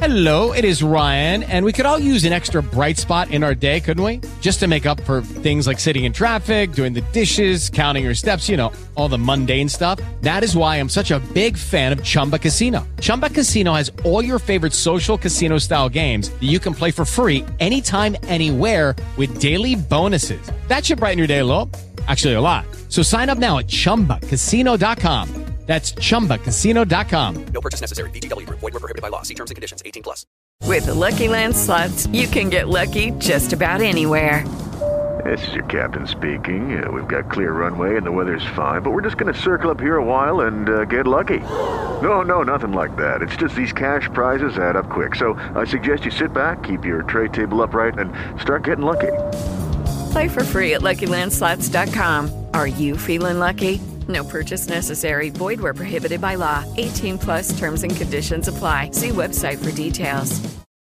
Hello, it is Ryan, and we could all use an extra bright spot in our day, couldn't we? Just to make up for things like sitting in traffic, doing the dishes, counting your steps, you know, all the mundane stuff. That is why I'm such a big fan of Chumba Casino. Chumba Casino has all your favorite social casino-style games that you can play for free anytime, anywhere with daily bonuses. That should brighten your day a little. Actually, a lot. So sign up now at ChumbaCasino.com. That's ChumbaCasino.com. No purchase necessary. VGW Group. Void where prohibited by law. See terms and conditions. 18+. With the Lucky Land Slots, you can get lucky just about anywhere. This is your captain speaking. We've got clear runway and the weather's fine, but we're just going to circle up here a while and get lucky. No, nothing like that. It's just these cash prizes add up quick. So I suggest you sit back, keep your tray table upright, and start getting lucky. Play for free at LuckyLandSlots.com. Are you feeling lucky? No purchase necessary. Void where prohibited by law. 18+ terms and conditions apply. See website for details.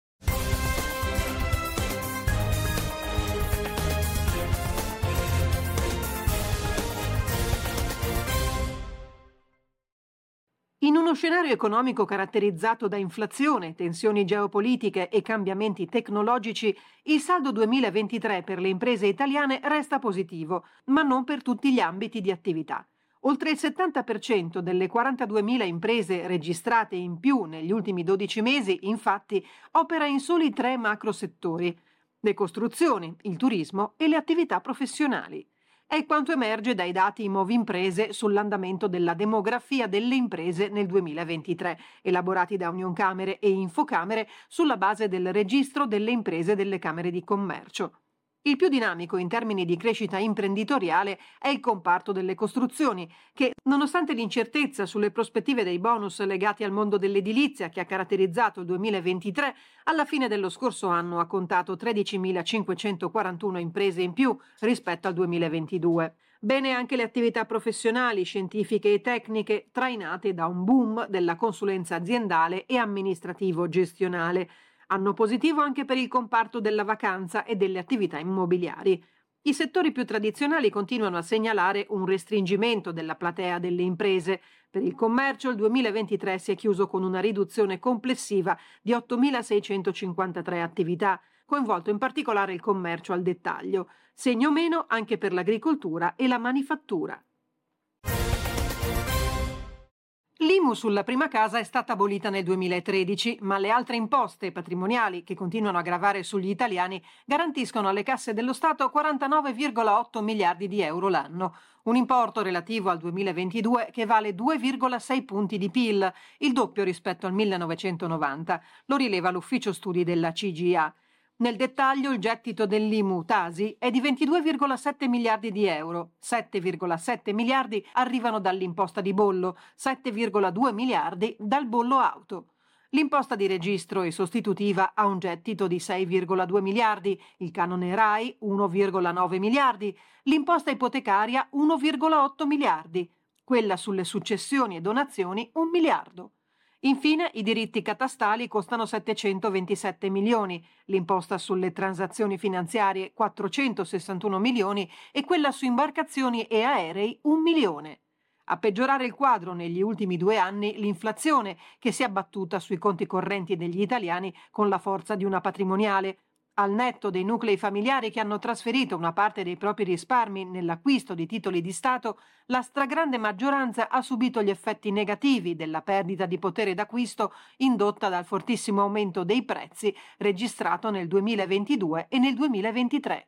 In uno scenario economico caratterizzato da inflazione, tensioni geopolitiche e cambiamenti tecnologici, il saldo 2023 per le imprese italiane resta positivo, ma non per tutti gli ambiti di attività. Oltre il 70% delle 42.000 imprese registrate in più negli ultimi 12 mesi, infatti, opera in soli 3 macrosettori: le costruzioni, il turismo e le attività professionali. È quanto emerge dai dati Movimprese sull'andamento della demografia delle imprese nel 2023, elaborati da Unioncamere e Infocamere sulla base del registro delle imprese delle Camere di Commercio. Il più dinamico in termini di crescita imprenditoriale è il comparto delle costruzioni, che, nonostante l'incertezza sulle prospettive dei bonus legati al mondo dell'edilizia che ha caratterizzato il 2023, alla fine dello scorso anno ha contato 13.541 imprese in più rispetto al 2022. Bene anche le attività professionali, scientifiche e tecniche, trainate da un boom della consulenza aziendale e amministrativo-gestionale. Anno positivo anche per il comparto della vacanza e delle attività immobiliari. I settori più tradizionali continuano a segnalare un restringimento della platea delle imprese. Per il commercio il 2023 si è chiuso con una riduzione complessiva di 8.653 attività, coinvolto in particolare il commercio al dettaglio. Segno meno anche per l'agricoltura e la manifattura. L'IMU sulla prima casa è stata abolita nel 2013, ma le altre imposte patrimoniali che continuano a gravare sugli italiani garantiscono alle casse dello Stato 49,8 miliardi di euro l'anno, un importo relativo al 2022 che vale 2,6 punti di PIL, il doppio rispetto al 1990, lo rileva l'ufficio studi della CGA. Nel dettaglio il gettito dell'IMU Tasi è di 22,7 miliardi di euro, 7,7 miliardi arrivano dall'imposta di bollo, 7,2 miliardi dal bollo auto. L'imposta di registro e sostitutiva ha un gettito di 6,2 miliardi, il canone RAI 1,9 miliardi, l'imposta ipotecaria 1,8 miliardi, quella sulle successioni e donazioni 1 miliardo. Infine, i diritti catastali costano 727 milioni, l'imposta sulle transazioni finanziarie 461 milioni e quella su imbarcazioni e aerei 1 milione. A peggiorare il quadro negli ultimi 2 anni l'inflazione, che si è abbattuta sui conti correnti degli italiani con la forza di una patrimoniale. Al netto dei nuclei familiari che hanno trasferito una parte dei propri risparmi nell'acquisto di titoli di Stato, la stragrande maggioranza ha subito gli effetti negativi della perdita di potere d'acquisto indotta dal fortissimo aumento dei prezzi registrato nel 2022 e nel 2023.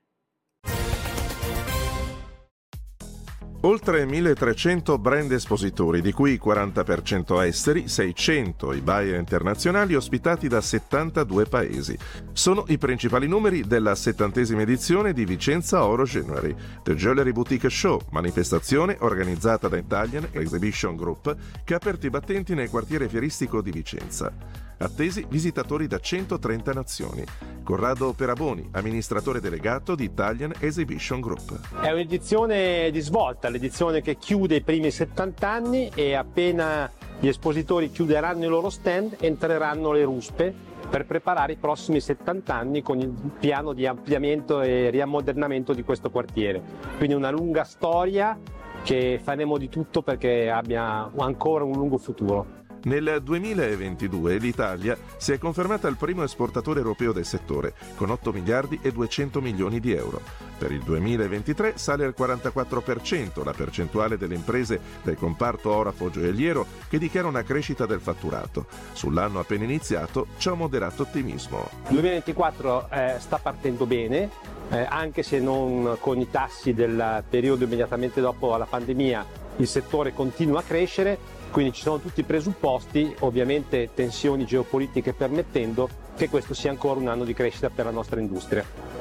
Oltre 1.300 brand espositori, di cui 40% esteri, 600 i buyer internazionali ospitati da 72 paesi. Sono i principali numeri della 70ª edizione di Vicenza Oro January, The Jewelry Boutique Show, manifestazione organizzata da Italian Exhibition Group che ha aperto i battenti nel quartiere fieristico di Vicenza. Attesi visitatori da 130 nazioni. Corrado Peraboni, amministratore delegato di Italian Exhibition Group. È un'edizione di svolta, l'edizione che chiude i primi 70 anni e appena gli espositori chiuderanno i loro stand entreranno le ruspe per preparare i prossimi 70 anni con il piano di ampliamento e riammodernamento di questo quartiere. Quindi una lunga storia che faremo di tutto perché abbia ancora un lungo futuro. Nel 2022 l'Italia si è confermata il primo esportatore europeo del settore, con 8 miliardi e 200 milioni di euro. Per il 2023 sale al 44% la percentuale delle imprese del comparto ora-gioielliero che dichiara una crescita del fatturato. Sull'anno appena iniziato c'è un moderato ottimismo. Il 2024 sta partendo bene, anche se non con i tassi del periodo immediatamente dopo la pandemia. Il settore continua a crescere, quindi ci sono tutti i presupposti, ovviamente tensioni geopolitiche permettendo, che questo sia ancora un anno di crescita per la nostra industria.